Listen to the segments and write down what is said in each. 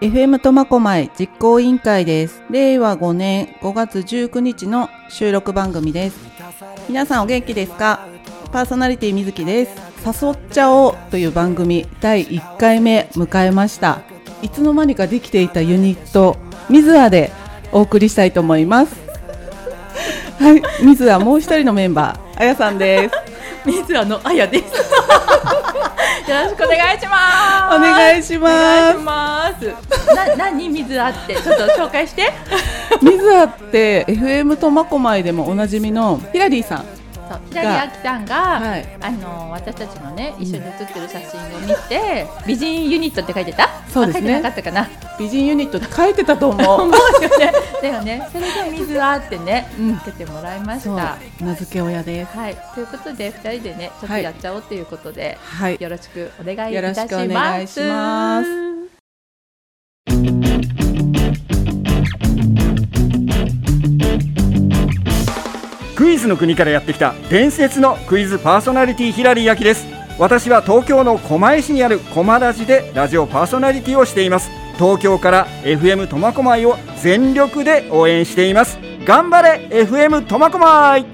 FM 苫小牧実行委員会です。令和5年5月19日の収録番組です。皆さんお元気ですか？パーソナリティみずきです。誘っちゃおうという番組第1回目迎えました。いつの間にかできていたユニットミズアでお送りしたいと思います。はい、ミズアもう一人のメンバーあやさんです。 ミズアのあやです。よろしくお願いします。 お願いします。 お願いします。何ミズアってちょっと紹介して。 ミズアって FM 苫小牧でもおなじみのヒラリーさん。 平井亜希さんが、はい、私たちのね一緒に写ってる写真を見て、美人ユニットって書いてた？ そうですね。 書いてなかったかな。 美人ユニットって書いてたと思う。 思うよね。だよね。それで水はってね、つけてもらいました。 名付け親です。 はい。ということで2人でねちょっとやっちゃおうということで、 はい、 よろしくお願いいたします。 よろしくお願いします。 クイズの国からやってきた伝説のクイズパーソナリティヒラリー亜希です。私は東京の狛江市にある狛ラジでラジオパーソナリティをしています。東京から FM 苫小牧を全力で応援しています。頑張れ FM 苫小牧。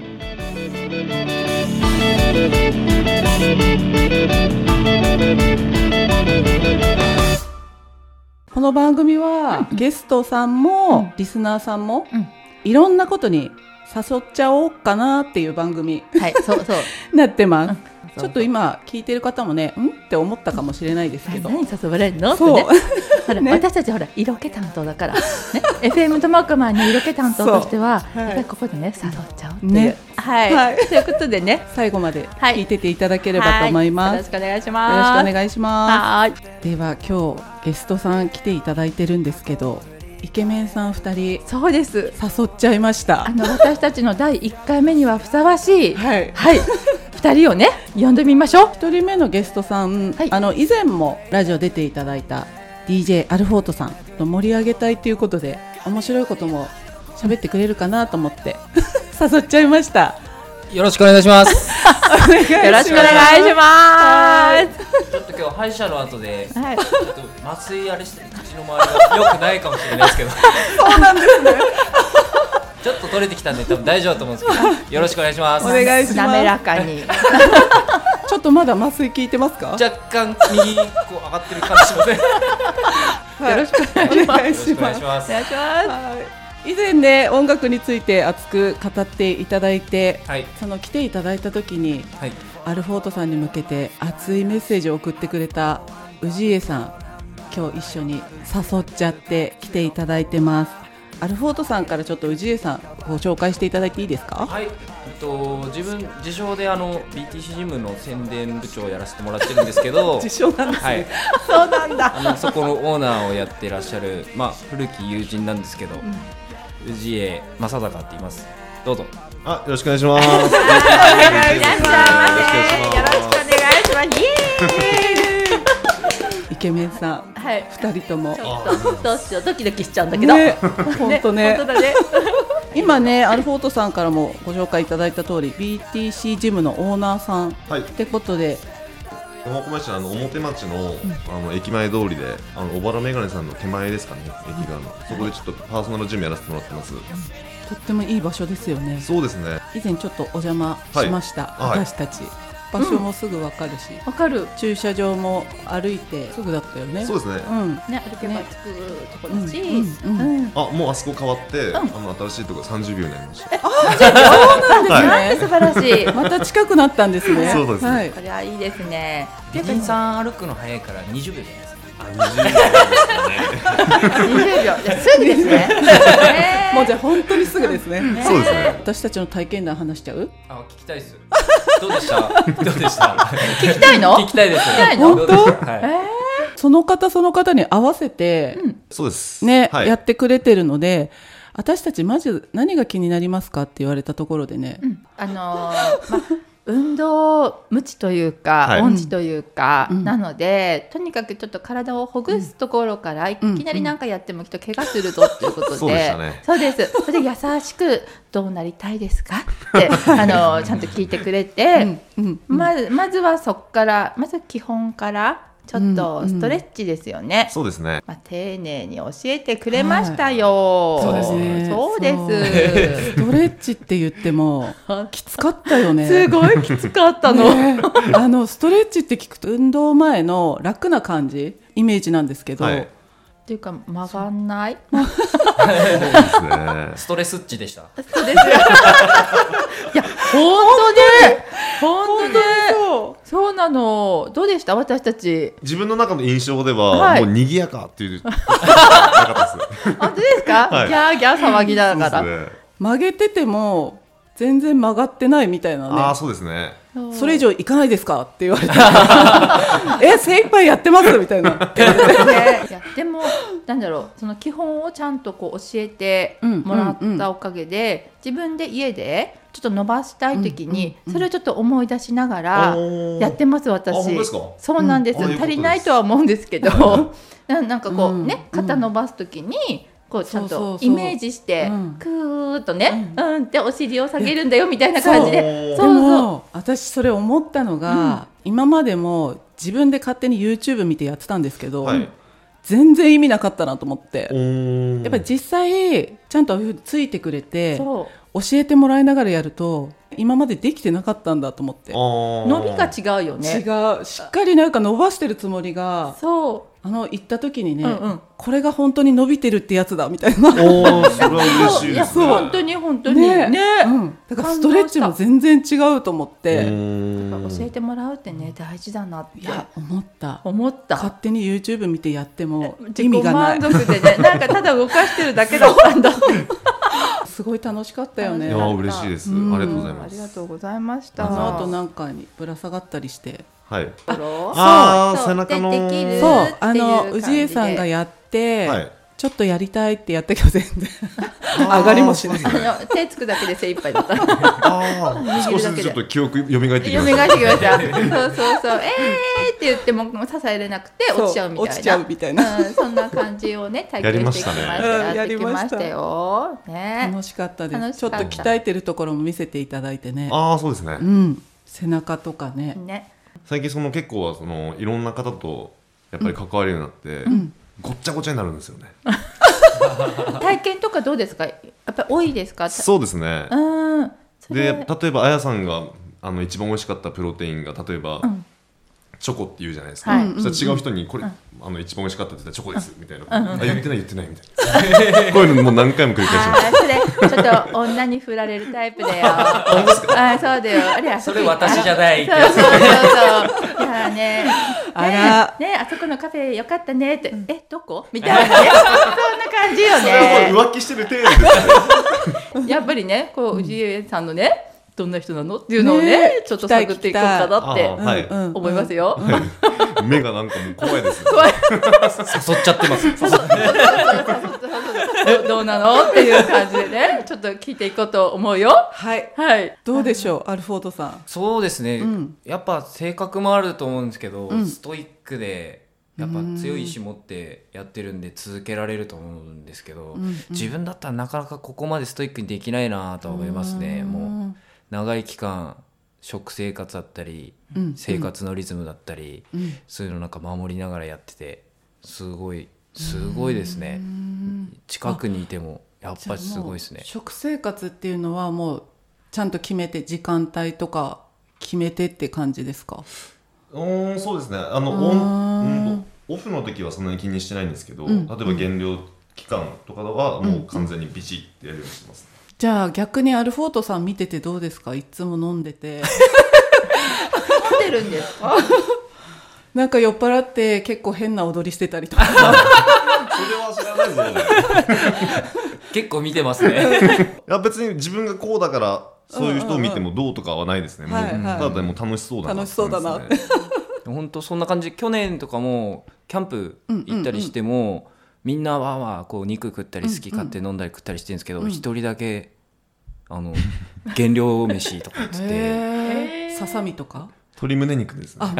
この番組は、ゲストさんも、リスナーさんも、いろんなことに誘っちゃおうかなっていう番組、 はい、そうなってます。ちょっと今聞いてる方もね、って思ったかもしれないですけど、 何誘われるのってね。ほら、私たちほら色気担当だからね。FM 苫小牧の色気担当としては、やっぱりここでね誘っちゃうっていうね。はい。ということでね、 最後まで聞いてていただければと思います。 よろしくお願いします。 よろしくお願いします。 はい。 では今日ゲストさん来ていただいてるんですけど、イケメンさん2人、 そうです、 誘っちゃいました。 私たちの第1回目にはふさわしい、 はい、 2人をね呼んでみましょう。 1人目のゲストさん、以前もラジオ出ていただいた DJ アルフォートさんと盛り上げたいということで、面白いことも喋ってくれるかなと思って誘っちゃいました。 よろしくお願いします。 よろしくお願いします。 ちょっと今日歯医者の後で、ちょっと麻酔あれして口の周りが良くないかもしれないですけどそうなんですね。 ちょっと取れてきたんで多分大丈夫だと思うんですけど、よろしくお願いします。 お願いします。 滑らかにちょっとまだ麻酔効いてますか？ 若干右こう上がってる感じしません？ よろしくお願いします。 以前ね、音楽について熱く語っていただいて、その来ていただいた時に、アルフォートさんに向けて熱いメッセージを送ってくれた氏家さん、今日一緒に誘っちゃって来ていただいてます。アルフォートさんからちょっと氏家さんご紹介していただいていいですか？ はい、自称でBTC ジムの宣伝部長をやらせてもらってるんですけど自称なんですね。そうなんだ。 そこのオーナーをやってらっしゃる、古き友人なんですけど、氏家正隆って言います。どうぞ。 よろしくお願いします。 よろしくお願いします。 イケメンさん、2人ともちょっとどうしよう、ドキドキしちゃうんだけど、 本当ね。今ね、アルフォートさんからもご紹介いただいた通り BTC ジムのオーナーさんってことで、 苫小牧市の表町の、駅前通りで小原メガネさんの手前ですかね、駅側のそこでちょっとパーソナルジムやらせてもらってます。 とってもいい場所ですよね。 そうですね。 以前ちょっとお邪魔しました、私たち。場所もすぐ分かるし、駐車場も歩いてすぐだったよね。 そうですね。 歩けば着くところだし、 もうあそこ変わって、新しいところ30秒になりました。 そうなんですね。素晴らしい。 また近くなったんですね。 そうですね。 これはいいですね。 美人さん歩くの早いから20秒じゃないですか。 20秒すぐですね。 もうじゃあ本当にすぐですね。 そうですね。 私たちの体験談話しちゃう？ 聞きたいです。どうでした？ 聞きたいの？ 聞きたいです。 本当？その方に合わせて、 そうですね、やってくれてるので、私たちまず何が気になりますかって言われたところでね、 運動無知というか、音痴というか、なのでとにかくちょっと体をほぐすところから、いきなりなんかやってもきっと怪我するぞっていうことで、 そうでしたね。 そうです。それで優しくどうなりたいですかってちゃんと聞いてくれて、まずはそこから、まず基本からちょっとストレッチですよね。 そうですね。 丁寧に教えてくれましたよ。 そうですね。 そうです。 ストレッチって言ってもきつかったよね。 すごいきつかったの。 ストレッチって聞くと運動前の楽な感じイメージなんですけど。 っていうか曲がんない。 そうですね。 ストレスッチでした。 そうです。いや本当ね。そうなの。どうでした私たち。 自分の中の印象では、もう賑やかっていうなかったです。 本当ですか？ギャーギャー騒ぎだから。 曲げてても全然曲がってないみたいなね。 ああそうですね。 それ以上いかないですかって言われて精一杯やってますみたいな。 いやでもなんだろうその基本をちゃんとこう教えてもらったおかげで、自分で家でちょっと伸ばしたいときに、それをちょっと思い出しながらやってます私。 本当ですか？ そうなんです、足りないとは思うんですけどなんかこうね、肩伸ばすときにこうちゃんとイメージしてクーッとね、ってお尻を下げるんだよみたいな感じで。 でも私それ思ったのが、今までも自分で勝手に YouTube 見てやってたんですけど、全然意味なかったなと思って。やっぱり実際ちゃんとついてくれて教えてもらいながらやると今までできてなかったんだと思って。 伸びが違うよね。 違う、しっかりなんか伸ばしてるつもりが、行った時にね、これが本当に伸びてるってやつだみたいな。 それは嬉しいですね。 本当に本当にね。 だからストレッチも全然違うと思って。 教えてもらうってね大事だなって。 思った。勝手に YouTube 見てやっても意味がない。 自己満足でね、なんかただ動かしてるだけだったんだ。 すごい楽しかったよね。 いや嬉しいです。ありがとうございます。 ありがとうございました。 あとなんかにぶら下がったりして。 はい。 背中の氏家さんがやって、ちょっとやりたいってやったけど全然上がりもしない。 手つくだけで精一杯だった。 少しずつちょっと記憶蘇ってきました。 蘇ってきました。そうって言っても支えれなくて落ちちゃうみたいな。そんな感じをね体験してきました。やってきましたよ。 楽しかったです。ちょっと鍛えてるところも見せていただいてね。 そうですね。 背中とかね。 最近結構はいろんな方とやっぱり関わるようになって、ごっちゃごちゃになるんですよね。 体験とかどうですか？やっぱり多いですか？ そうですね。で例えばあやさんが一番美味しかったプロテインが例えば、チョコって言うじゃないですか。そしたら違う人にこれ、一番美味しかったって言ったらチョコですみたいな。言ってないみたいな。こういうのもう何回も繰り返します。 それちょっと女に振られるタイプだよ。本当ですか？そうだよ。あれそれ私じゃない。そう。 いやね。あそこのカフェよかったねってどこみたいなね。そんな感じよね。 浮気してる程度です。 やっぱりねこう氏家さんのね。どんな人なのっていうのをねちょっと探っていこうかなって思いますよ。 目がなんかもう怖いです。 誘っちゃってます。 どうなのっていう感じでねちょっと聞いていこうと思うよ。 はい。どうでしょうアルフォードさん。 そうですね。やっぱ性格もあると思うんですけど、ストイックでやっぱ強い意志持ってやってるんで続けられると思うんですけど、自分だったらなかなかここまでストイックにできないなと思いますね。もう長い期間食生活だったり、生活のリズムだったり、そういうのなんか守りながらやっててすごいですね。近くにいてもやっぱりすごいですね。 食生活っていうのはもうちゃんと決めて時間帯とか決めてって感じですか？ そうですね。オフの時はそんなに気にしてないんですけど、例えば減量期間とかはもう完全にビチッてやるようにしてます。 じゃあ逆にアルフォートさん見ててどうですか？いつも飲んでて飲んでるんですか？ なんか酔っ払って結構変な踊りしてたりとか。それは知らないぞ、ね、 結構見てますね。 いや別に自分がこうだからそういう人を見てもどうとかはないですね。ただでも楽しそうだな、 楽しそうだなって。 本当そんな感じ。去年とかもキャンプ行ったりしても、みんなわーわーこう肉食ったり好き勝手飲んだり食ったりしてるんですけど、一人だけ減量飯とか言ってささみとか鶏胸肉ですね。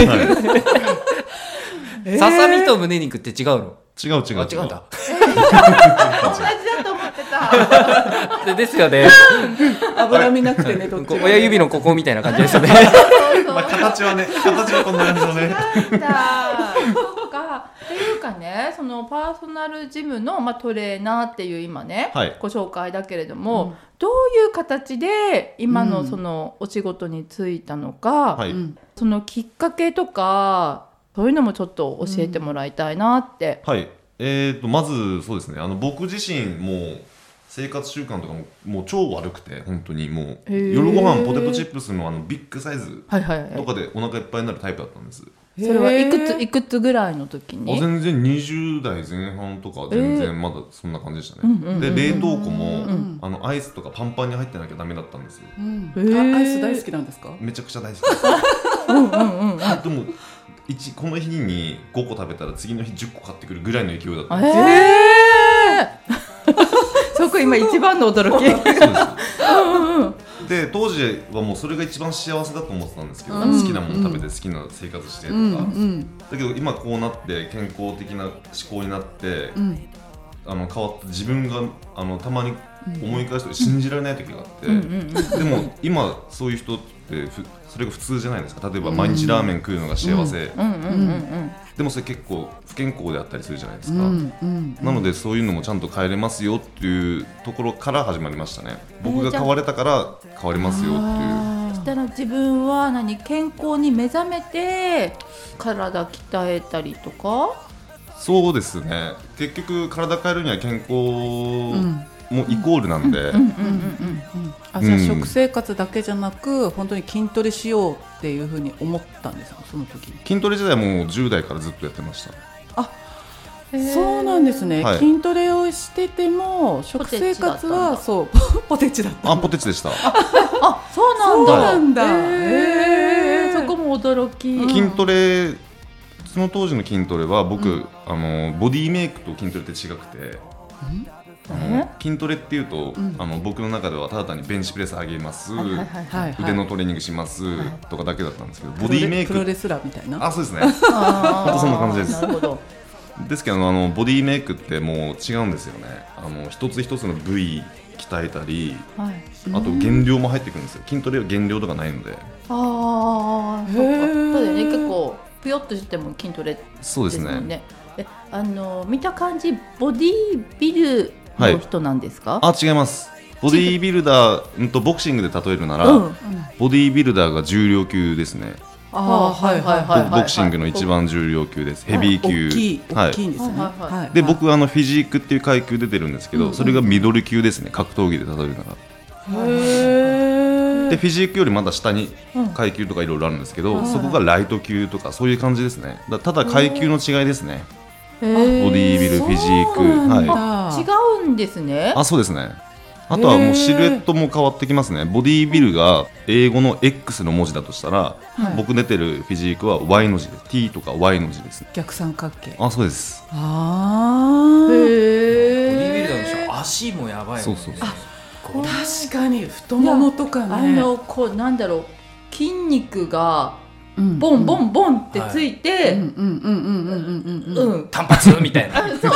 ささみと胸肉って違うの？ 違うんだ。 同じだと思ってた。 ですよね。 脂身なくてね、どっちも親指のここみたいな感じですよね。 形はこんな感じのね。 かね、そのパーソナルジムの、トレーナーっていう今ね、ご紹介だけれども、どういう形で今のそのお仕事に就いたのか、そのきっかけとかそういうのもちょっと教えてもらいたいなって。 まずそうですね、僕自身も生活習慣とかもう超悪くて、本当にもう夜ご飯ポテトチップスのビッグサイズとかでお腹いっぱいになるタイプだったんです。 それはいくつぐらいの時に？ 全然20代前半とか全然まだそんな感じでしたね。で冷凍庫もアイスとかパンパンに入ってなきゃダメだったんですよ。 アイス大好きなんですか？ めちゃくちゃ大好きです。でもこの日に5個食べたら次の日10個買ってくるぐらいの勢いだったんです。 そこ今一番の驚き。そうですで当時はもうそれが一番幸せだと思ってたんですけど、好きなもの食べて好きな生活してとか、だけど今こうなって健康的な思考になって、変わって自分がたまに思い返すと信じられない時があって、でも今そういう人ってそれが普通じゃないですか。例えば毎日ラーメン食うのが幸せ、でもそれ結構不健康であったりするじゃないですか。なのでそういうのもちゃんと変えれますよっていうところから始まりましたね。僕が変われたから変わりますよっていう。 そしたら自分は健康に目覚めて体鍛えたりとか？ そうですね、結局体変えるには健康もイコールなんで、 じゃあ食生活だけじゃなく本当に筋トレしようっていうふうに思ったんですか？その時に筋トレ自体もう10代からずっとやってました。 そうなんですね、筋トレをしてても食生活はポテチだった。 ポテチでした。 そうなんだ。そこも驚き。 筋トレ、その当時の筋トレは僕、ボディメイクと筋トレって違くて、筋トレっていうと、僕の中ではただ単にベンチプレス上げます、腕のトレーニングします、とかだけだったんですけど、ボディメイクプロレスラーみたいな。 そうですね。本当そんな感じです。 なるほど。 ですけどボディメイクってもう違うんですよね。一つ一つの部位鍛えたり、あと減量も入ってくるんですよ。筋トレは減量とかないので。 そうだよね。結構ぷよっとしても筋トレですもんね。そうですね。見た感じボディビルの人なんですか？ 違います。ボディビルダー、ボクシングで例えるなら、ボディビルダーが重量級ですね。ボクシングの一番重量級です。ヘビー級。 大きいんですね。 で僕フィジークっていう階級出てるんですけど、それがミドル級ですね。格闘技で例えるなら。でフィジークよりまだ下に階級とかいろいろあるんですけど、そこがライト級とかそういう感じですね。ただ階級の違いですね。ボディービル、フィジーク、 違うんですね。 そうですね。あとはもうシルエットも変わってきますね。ボディービルが英語の X の文字だとしたら、僕出てるフィジークは Y の字で T とか Y の字ですね。 逆三角形。 そうです。 ボディービルダーの人は足もやばいもんね。 確かに太ももとかね。 なんだろう、筋肉がボンボンボンってついて、 単発みたいな。でウエストが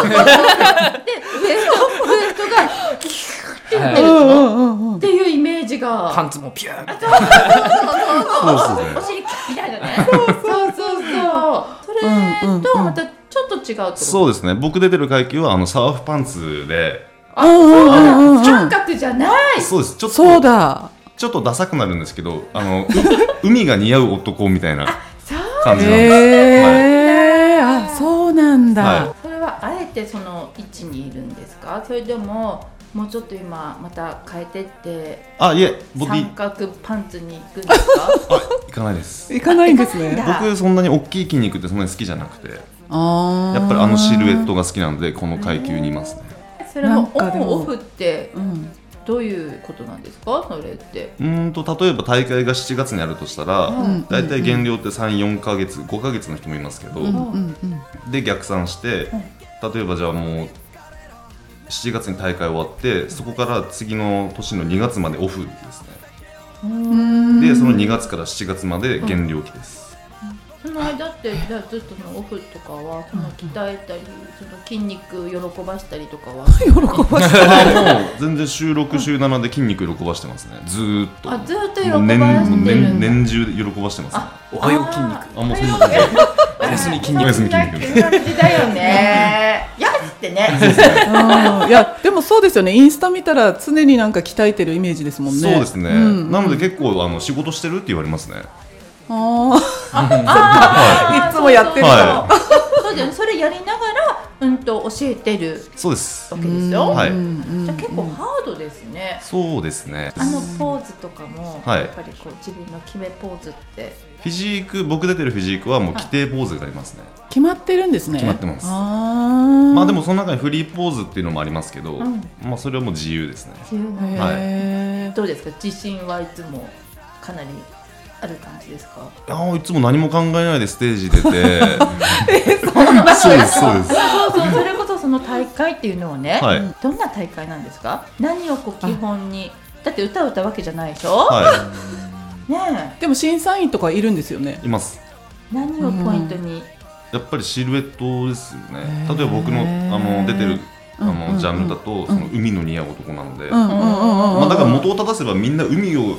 キュッっていうイメージが。パンツもピューみたいな。お尻みたいなね。そう。それとまたちょっと違うってこと？ そうですね。僕出てる階級はサーフパンツで。 三角じゃない。 そうです。 そうだ。 ちょっとダサくなるんですけど、海が似合う男みたいな感じなんです。そうなんだ。 それはあえてその位置にいるんですか？それでももうちょっと今また変えてって三角パンツに行くんですか？ 行かないです。 行かないんですね。 僕そんなに大きい筋肉ってそんなに好きじゃなくて、やっぱりシルエットが好きなのでこの階級にいますね。 それもオンオフってどういうことなんですか？それって例えば大会が7月にあるとしたら、だいたい減量って3、4ヶ月5ヶ月の人もいますけど、で逆算して、例えばじゃあもう7月に大会終わってそこから次の年の2月までオフですね。でその2月から7月まで減量期です。 その間ってじゃあずっとのオフとかはその鍛えたりその筋肉喜ばしたりとかは喜ばしたもう全然週6週7で筋肉喜ばしてますね。ずーっと。 ずーっと喜ばしてるんだ。 年中で喜ばしてますね。 おはよう筋肉。 もうそんな感じ。 おやすみ筋肉。 おやすみ筋肉。 そんな感じだよね。やってね。 いやでもそうですよね。インスタ見たら常になんか鍛えてるイメージですもんね。 そうですね。なので結構仕事してるって言われますね。 いつもやってるから。 そうだよね。それやりながら教えてるそうですわけですよ。 はい。 じゃあ結構ハードですね。 そうですね。 ポーズとかもやっぱりこう自分の決めポーズってフィジーク僕出てるフィジークはもう規定ポーズがありますね。 決まってるんですね。 決まってます。まあでもその中にフリーポーズっていうのもありますけど、まあそれはもう自由ですね。 はい。 どうですか？自信はいつもかなりある感じですか？ いつも何も考えないでステージ出てそうですそうです。それこそその大会っていうのはね、どんな大会なんですか？何をこう基本にだって歌うわけじゃないでしょ？ねえ。 でも審査員とかいるんですよね。 います。 何をポイントに？ やっぱりシルエットですよね。例えば僕の出てるジャンルだとその海の似合う男なので、まあだから元を正せばみんな海男。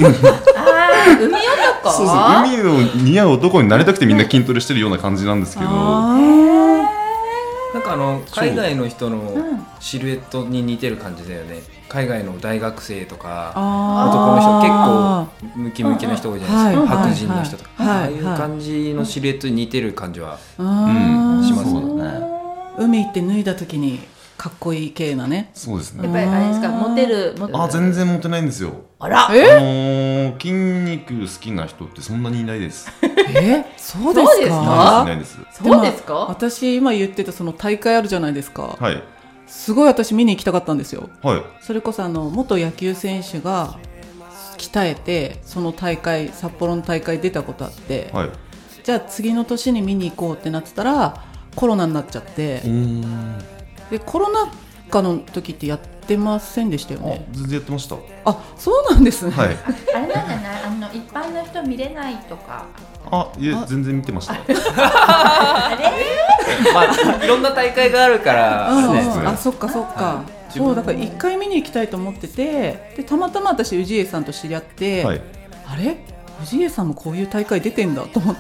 そう海の似合う男になりたくてみんな筋トレしてるような感じなんですけど。 なんか海外の人のシルエットに似てる感じだよね。海外の大学生とか男の人結構ムキムキな人多いじゃないですか。白人の人とかああいう感じのシルエットに似てる感じはしますね。 海行って脱いだ時にかっこいい系なね。 そうですね。 やっぱりあれですか、モテる。 全然モテないんですよ。 あら。 筋肉好きな人ってそんなにいないです。 そうですか？ いないです。 そうですか？ 私今言ってたその大会あるじゃないですか。 はい。 すごい私見に行きたかったんですよ。 はい。 それこそ元野球選手が鍛えてその大会札幌の大会出たことあって、はい、じゃあ次の年に見に行こうってなってたらコロナになっちゃって、でコロナ禍の時ってやってませんでしたよね。 全然やってました。 そうなんですね。 はい。 あれなんじゃない？一般の人見れないとか。 いえ全然見てました。 あれ？ まあいろんな大会があるからそっかそっか。そうだから1回見に行きたいと思ってて、でたまたま私氏家さんと知り合って、あれ氏家さんもこういう大会出てんだと思って、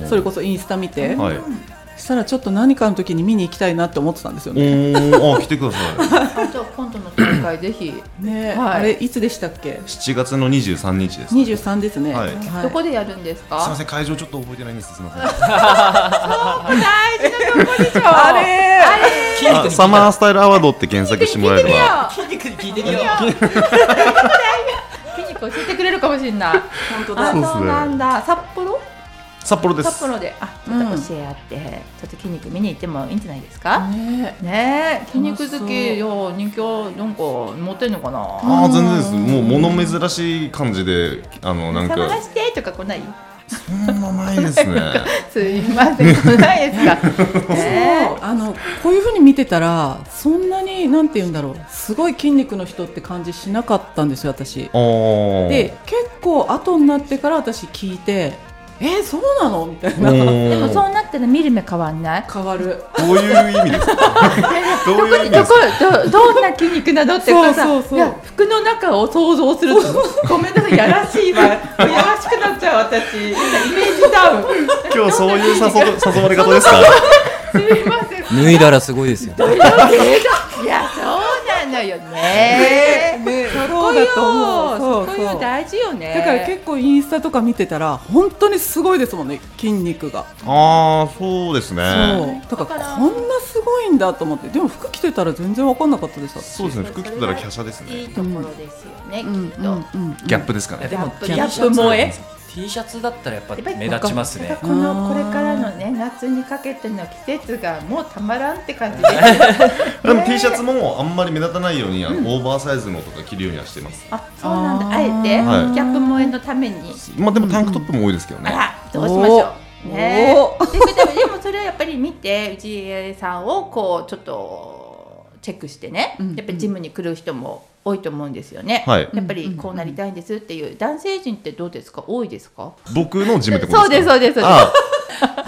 それこそインスタ見て、したらちょっと何かの時に見に行きたいなって思ってたんですよね。 来てください。じゃあ今度の大会ぜひね。あれいつでしたっけ ？7月の23日です。 23ですね。 どこでやるんですか？ すみません、会場ちょっと覚えてないんです。すみません。 そう大事なとこでしょ。 あれサマースタイルアワードって検索してもらえれば。 筋肉に聞いてみよう。 筋肉教えてくれるかもしれない。 本当だ。 そうなんだ。札幌です。札幌でちょっと教え合ってちょっと筋肉見に行ってもいいんじゃないですか？ね、筋肉好きよ。人気なんか持ってんのかな？ 全然です。もう物珍しい感じでなんか探してとか来ない？ そんなないですね。 すいません、来ないですか？ こういう風に見てたらそんなになんて言うんだろう、すごい筋肉の人って感じしなかったんですよ私。で結構後になってから私聞いて。そうなのみたいな。 でもそうなったら見る目変わんない？ 変わる。 どういう意味ですか？どんな筋肉なのって服の中を想像するとごめんなさい、やらしいわ。やらしくなっちゃう私。イメージダウン。 今日そういう誘われ方ですか？ すいません。 脱いだらすごいですよ。 いやそうなのよね。 そうだと思う。 そういう大事よね。 だから結構インスタとか見てたら本当にすごいですもんね、筋肉が。 そうですね。 だからこんなすごいんだと思って。でも服着てたら全然分かんなかったです。 そうですね。服着てたら華奢ですね。 いいところですよね。きっとギャップですかね。 でもギャップ萌え。 T シャツだったらやっぱ目立ちますね。 これからのね夏にかけての季節がもうたまらんって感じです。 でも T シャツもあんまり目立たないようにオーバーサイズのとか着るようにはしてます。 そうなんだ。あえてギャップ萌えのために。 でもタンクトップも多いですけどね。 どうしましょうね。でもそれはやっぱり見て氏家さんをこうちょっとチェックしてね。やっぱりジムに来る人も多いと思うんですよね。やっぱりこうなりたいんですっていう男性陣ってどうですか？多いですか？ 僕のジムってことですか？ そうです。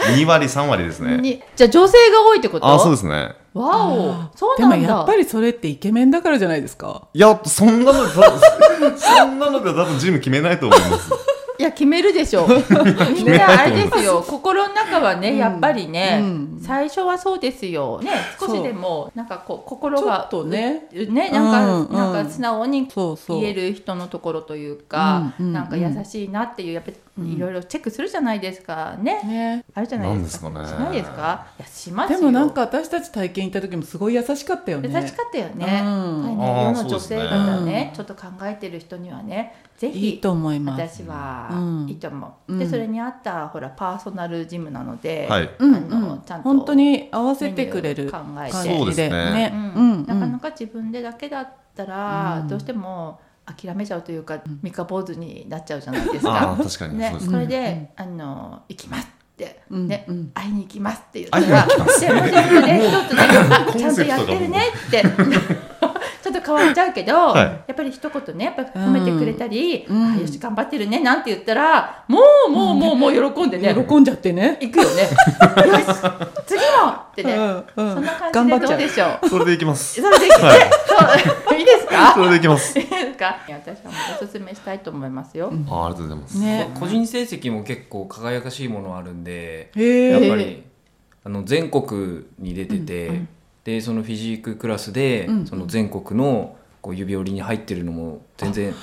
2割3割ですね。 じゃあ女性が多いってこと？ そうですね。 わお、そうなんだ。 でもやっぱりそれってイケメンだからじゃないですか？ いや、そんなので多分ジム決めないと思います。 いや、決めるでしょう。みんなあれですよ、心の中はね、やっぱりね、最初はそうですよね。少しでもなんかこう心がちょっとねなんか素直に言える人のところというか、なんか優しいなっていう、やっぱりいろいろチェックするじゃないですかね。あるじゃないですか。しないですか？いや、しますよ。 でもなんか私たち体験行った時もすごい優しかったよね。 優しかったよね。世の女性方ね、ちょっと考えてる人にはね、ぜひいいと思います。 私はいいと思う。でそれに合ったほらパーソナルジムなので、ちゃんと本当に合わせてくれる考えて、 そうですね。 なかなか自分でだけだったらどうしても諦めちゃうというか、三日坊主になっちゃうじゃないですか。 確かにね、 そうですね。 それで行きますってね、会いに行きますって言ったら、でもちょっとね、一つね、ちゃんとやってるねってちょっと変わっちゃうけど、やっぱり一言ね、やっぱ褒めてくれたり、よし頑張ってるねなんて言ったら、もう喜んでね、 喜んじゃってね、 行くよね。よし次もってね、そんな感じでどうでしょう。 それでいきます。 それでいいですか？ それでいきます。 いいですか？私はもうおすすめしたいと思いますよ。 ありがとうございます。 個人成績も結構輝かしいものあるんで、やっぱり全国に出てて、でそのフィジーククラスで、その全国のこう指折りに入ってるのも全然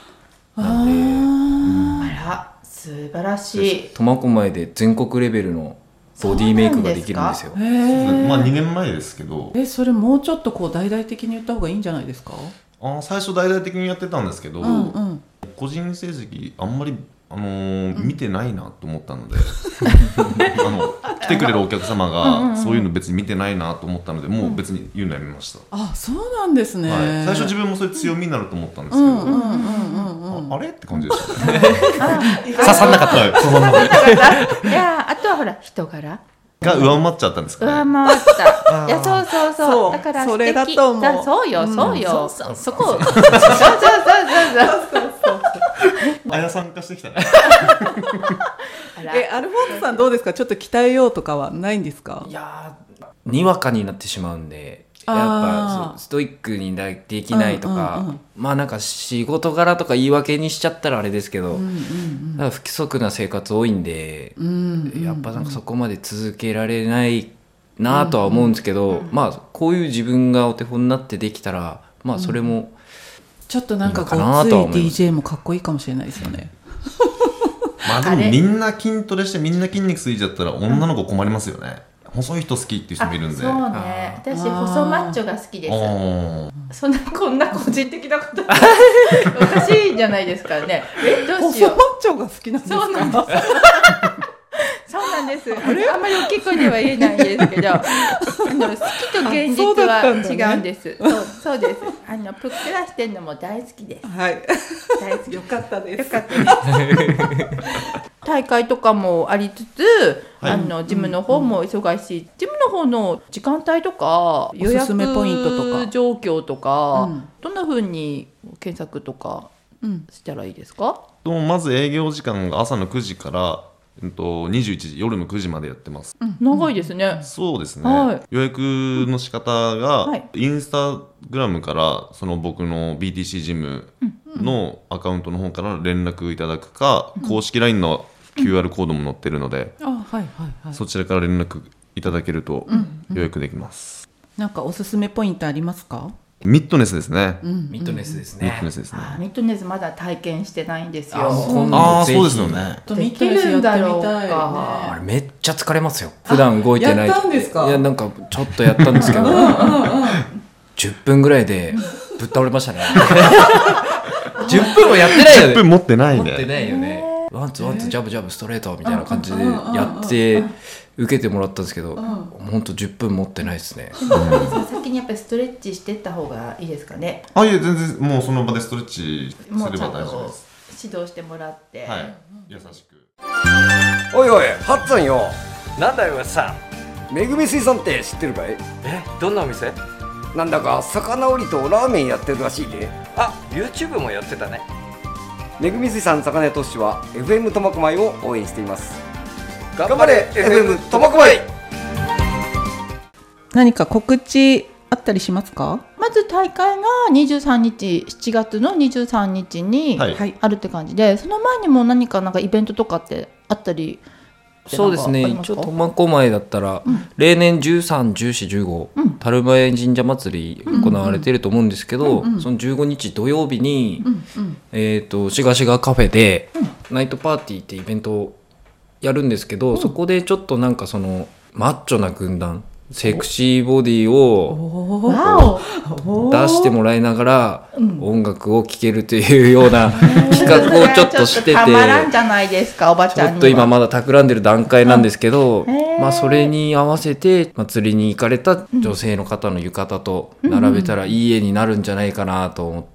なんで、 あら素晴らしい。 苫小牧で全国レベルのボディメイクができるんですよ。 まあ2年前ですけど、 それもうちょっとこう大々的に言った方がいいんじゃないですか？ 最初大々的にやってたんですけど、個人成績あんまり見てないなと思ったので来てくれるお客様がそういうの別に見てないなと思ったので、もう別に言うのやめました。 そうなんですね。 最初自分もそれ強みになると思ったんですけど、あれって感じでしたね。 刺さんなかった。いや、あとはほら人柄が上回っちゃったんですかね。 上回った。いや、そうだからそれだと思う。 そうよそこ。 あや参加してきたね。 アルフォンソさんどうですか？ちょっと鍛えようとかはないんですか？ いやにわかになってしまうんで、やっぱストイックにできないとか、まあなんか仕事柄とか言い訳にしちゃったらあれですけど、不規則な生活多いんで、やっぱなんかそこまで続けられないなとは思うんですけど、まあこういう自分がお手本になってできたら、まあそれもちょっとなんかごつい DJ もかっこいいかもしれないですよね。 まあでもみんな筋トレしてみんな筋肉ついちゃったら女の子困りますよね。細い人好きっていう人もいるんで。 そうね、私細マッチョが好きです。こんな個人的なことおかしいじゃないですかね。どうしよう。 細マッチョが好きなんですか？ そうなんです。そうなんです。あんまり大きい声では言えないんですけど、好きと現実は違うんです。そうです。ぷっくらしてんのも大好きです。 はい。 大好き。 よかったです。 よかったです。大会とかもありつつ、ジムの方も忙しい。ジムの方の時間帯とか予約状況とか、どんな風に検索とかしたらいいですか？ まず営業時間が朝の9時から21時、夜の9時までやってます。 長いですね。 そうですね。予約の仕方が、インスタグラムからその僕の BTC ジムのアカウントの方から連絡いただくか、公式 LINE の QR コードも載ってるので、そちらから連絡いただけると予約できます。 なんかおすすめポイントありますか？ ミットネスですね。 ミットネスですね。 ミットネスまだ体験してないんですよ。 そうですよね。 できるんだろうか。 あれめっちゃ疲れますよ。普段動いてない。 やったんですか？ いやなんかちょっとやったんですけど、10分ぐらいでぶっ倒れましたね。10分もやってないよね。 10分持ってないね。 持ってないよね。ワンツワンツジャブジャブストレートみたいな感じでやって受けてもらったんですけど、ほんと10分持ってないですね。 先にやっぱりストレッチしてった方がいいですかね。 いや全然もうその場でストレッチすれば大丈夫です。 指導してもらって、 優しく。 おいおいハッツァンよ。 なんだよやさん、めぐみ水産って知ってるかい？ どんなお店？ なんだか魚売りとラーメンやってるらしいで。 YouTube もやってたね。 めぐみ水産魚屋投資は FM 苫小牧を応援しています。 頑張れ FM 苫小牧。 何か告知あったりしますか？ まず大会が23日7月の23日にあるって感じで、その前にも何かイベントとかってあったり？ そうですね、一応苫小牧だったら、例年13、14、15、樽前神社祭り行われていると思うんですけど、その15日土曜日に、しがしがカフェで、ナイトパーティーってイベントをやるんですけど、そこでちょっとそのマッチョな軍団、セクシーボディを出してもらいながら音楽を聴けるというような企画をちょっとしてて、 たまらんじゃないですか、おばちゃんには。 ちょっと今まだ企んでる段階なんですけど、それに合わせて祭りに行かれた女性の方の浴衣と並べたらいい絵になるんじゃないかなと思って、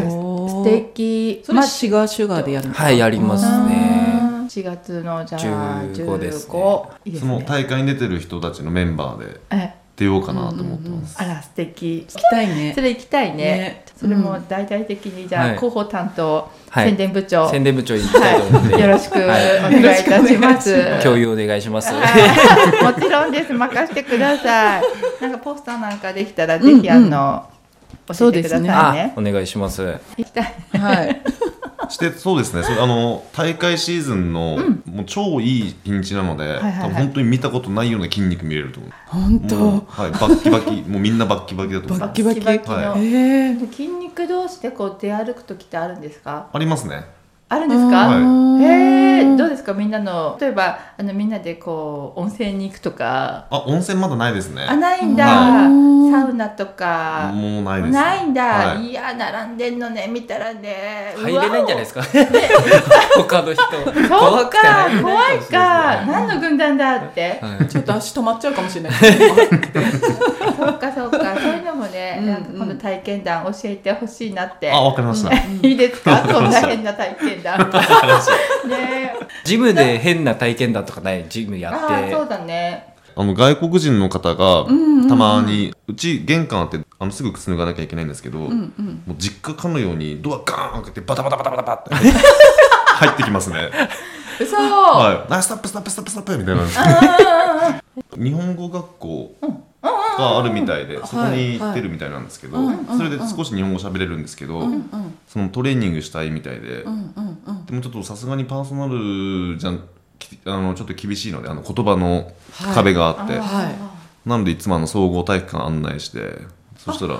素敵。 それシガーシュガーでやるんですか？ はい、やりますね。 4月のじゃあ 15ですね。 いいですそのね。 大会に出てる人たちのメンバーで出ようかなと思ってます。 あら素敵。 行きたいね。 それ行きたいね。それも大々的にじゃあ広報担当、宣伝部長、 宣伝部長行きたいと思うんで、 よろしくお願いいたします。 共有お願いします。 もちろんです。任せてください。ポスターなんかできたらぜひ教えてくださいね。 お願いします。 行きたい。 はい。 そうですね、大会シーズンの、もう超いいピンチなので、多分本当に見たことないような筋肉見れると思う。 本当？ はい、バッキバキ、もうみんなバッキバキだと思う。 バッキバキの筋肉同士で出歩く時ってあるんですか？ ありますね。 あるんですか？ はどうですか？みんなの例えばみんなで温泉に行くとか。 温泉まだないですね。 ないんだ。サウナとかもうないです。 ないんだ。いや並んでんのね見たらね。 入れないんじゃないですか？他の人。 そうか、怖いか。何の軍団だって。 ちょっと足止まっちゃうかもしれない。 そうかそういうのもね、今度体験談教えてほしいなって。 わかりました。 いいですか？こんな変な体験談。 ジムで変な体験談とかない？ジムやって。 そうだね。 外国人の方がたまにうち玄関あってすぐ靴脱がなきゃいけないんですけど、もう実家かのようにドアガーン開けてバタバタバタバタバタって入ってきますね。 嘘。 はい。ストップストップストップストップみたいな。日本語学校があるみたいで、そこに行ってるみたいなんですけど、それで少し日本語喋れるんですけど、そのトレーニングしたいみたいで、でもちょっとさすがにパーソナルじゃちょっと厳しいので言葉の壁があって、なのでいつも総合体育館案内して、そしたら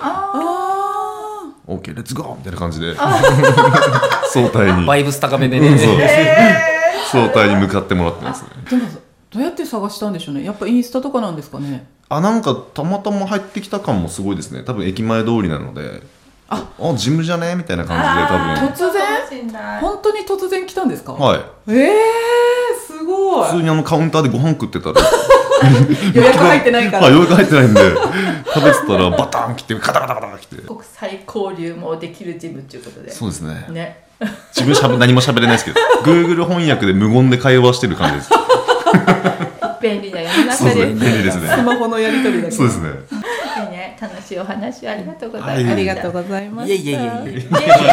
OK レッツゴーみたいな感じで総体にバイブス高めでね、 総体に向かってもらってますね。 でもどうやって探したんでしょうね。やっぱインスタとかなんですかね。 なんかたまたま入ってきた感もすごいですね。多分駅前通りなので、ジムじゃねみたいな感じで多分突然本当に突然来たんですか？ はい。 すごい。 普通にカウンターでご飯食ってたら予約入ってないから。 予約入ってないんで食べてたらバタン来てカタカタカタ来て。 国際交流もできるジムっていうことで。 そうですね。自分何も喋れないですけど、Google 翻訳で無言で会話してる感じです。 便利な世の中です。 便利ですね。 スマホのやり取りだけ。 そうですね。 楽しいお話ありがとうございます。 ありがとうございます。 いや本当こ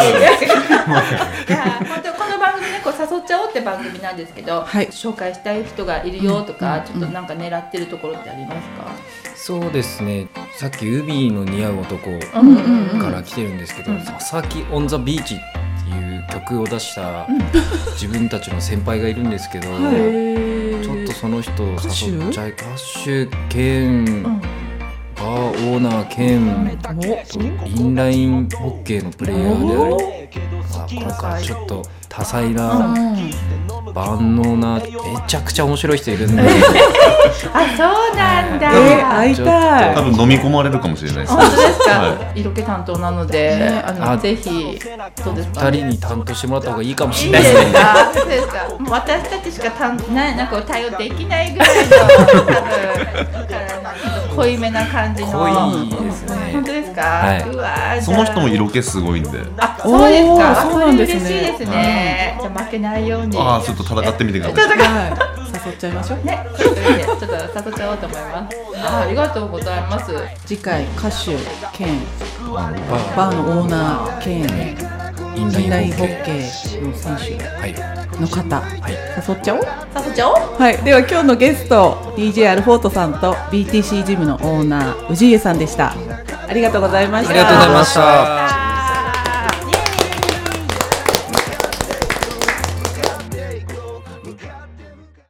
の番組ね、誘っちゃおうって番組なんですけど、紹介したい人がいるよとか、ちょっとなんか狙ってるところってありますか？ そうですね。さっき海の似合う男から来てるんですけど、佐々木オンザビーチっていう曲を出した自分たちの先輩がいるんですけど、ちょっとその人を誘っちゃい、歌手兼バーオーナー兼インラインホッケーのプレイヤーであり、なんかちょっと多彩な万能なめちゃくちゃ面白い人いるんでそうなんだ。 会いたい。 多分飲み込まれるかもしれないです。 本当ですか？色気担当なので、ぜひどうですか？ 2人に担当してもらった方がいいかもしれないですね。 そうですか？もう私たちしかなんか対応できないぐらいの多分濃いめな感じの。 濃いですね。 本当ですか？うわ。 その人も色気すごいんで。 そうですか？そうなんですね。嬉しいですね。じゃあ負けないように。 ちょっと戦ってみてください。 誘っちゃいましょう。 ね、ちょっと誘っちゃおうと思います。ありがとうございます。 次回歌手兼バーのオーナー兼インラインホッケーの選手がの方、誘っちゃおう。 誘っちゃおう。 はい、では今日のゲスト DJ アルフォートさんと BTC ジムのオーナー氏家さんでした。ありがとうございました。 ありがとうございました。